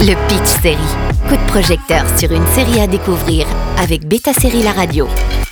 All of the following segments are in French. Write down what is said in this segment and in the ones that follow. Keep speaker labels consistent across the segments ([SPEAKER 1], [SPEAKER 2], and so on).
[SPEAKER 1] Le Pitch Série. Coup de projecteur sur une série à découvrir avec Beta Série La Radio.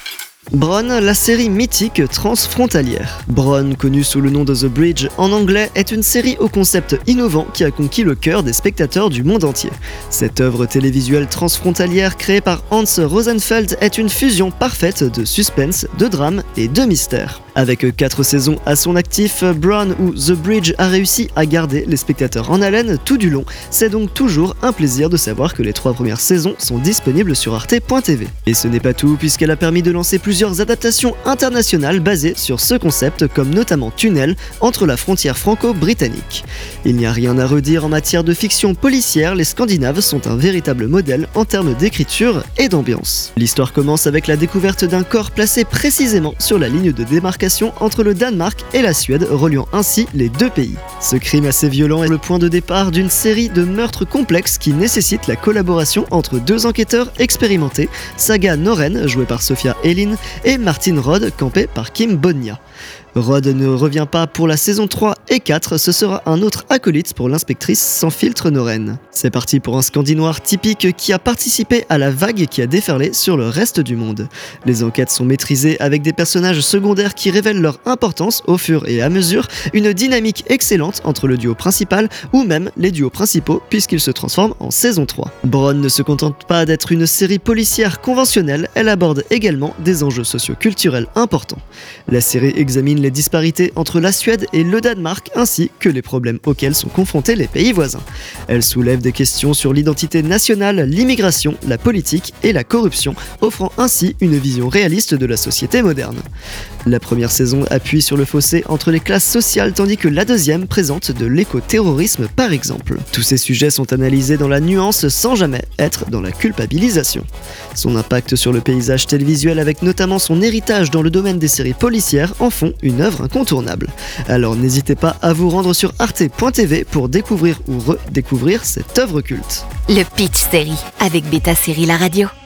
[SPEAKER 2] Bron, la série mythique transfrontalière. Bron, connue sous le nom de The Bridge en anglais, est une série au concept innovant qui a conquis le cœur des spectateurs du monde entier. Cette œuvre télévisuelle transfrontalière créée par Hans Rosenfeld est une fusion parfaite de suspense, de drame et de mystère. Avec 4 saisons à son actif, Bron ou The Bridge a réussi à garder les spectateurs en haleine tout du long. C'est donc toujours un plaisir de savoir que les 3 premières saisons sont disponibles sur arte.tv. Et ce n'est pas tout, puisqu'elle a permis de lancer plusieurs adaptations internationales basées sur ce concept, comme notamment Tunnel, entre la frontière franco-britannique. Il n'y a rien à redire en matière de fiction policière, les Scandinaves sont un véritable modèle en termes d'écriture et d'ambiance. L'histoire commence avec la découverte d'un corps placé précisément sur la ligne de démarcation entre le Danemark et la Suède, reliant ainsi les deux pays. Ce crime assez violent est le point de départ d'une série de meurtres complexes qui nécessitent la collaboration entre 2 enquêteurs expérimentés, Saga Norén, jouée par Sophia Elin, et Martin Rod, campé par Kim Bodnia. Rod ne revient pas pour la saison 3 et 4, ce sera un autre acolyte pour l'inspectrice sans filtre Norén. C'est parti pour un Scandinoir typique qui a participé à la vague qui a déferlé sur le reste du monde. Les enquêtes sont maîtrisées avec des personnages secondaires qui révèlent leur importance au fur et à mesure, une dynamique excellente entre le duo principal ou même les duos principaux puisqu'ils se transforment en saison 3. Bron ne se contente pas d'être une série policière conventionnelle, elle aborde également des enjeux socio-culturels importants. La série examine les disparités entre la Suède et le Danemark ainsi que les problèmes auxquels sont confrontés les pays voisins. Elle soulève des questions sur l'identité nationale, l'immigration, la politique et la corruption, offrant ainsi une vision réaliste de la société moderne. La première saison appuie sur le fossé entre les classes sociales tandis que la deuxième présente de l'éco-terrorisme par exemple. Tous ces sujets sont analysés dans la nuance sans jamais être dans la culpabilisation. Son impact sur le paysage télévisuel avec notamment son héritage dans le domaine des séries policières en font une œuvre incontournable. Alors n'hésitez pas à vous rendre sur arte.tv pour découvrir ou redécouvrir cette œuvre culte.
[SPEAKER 1] Le Pitch Série avec Beta Série La Radio.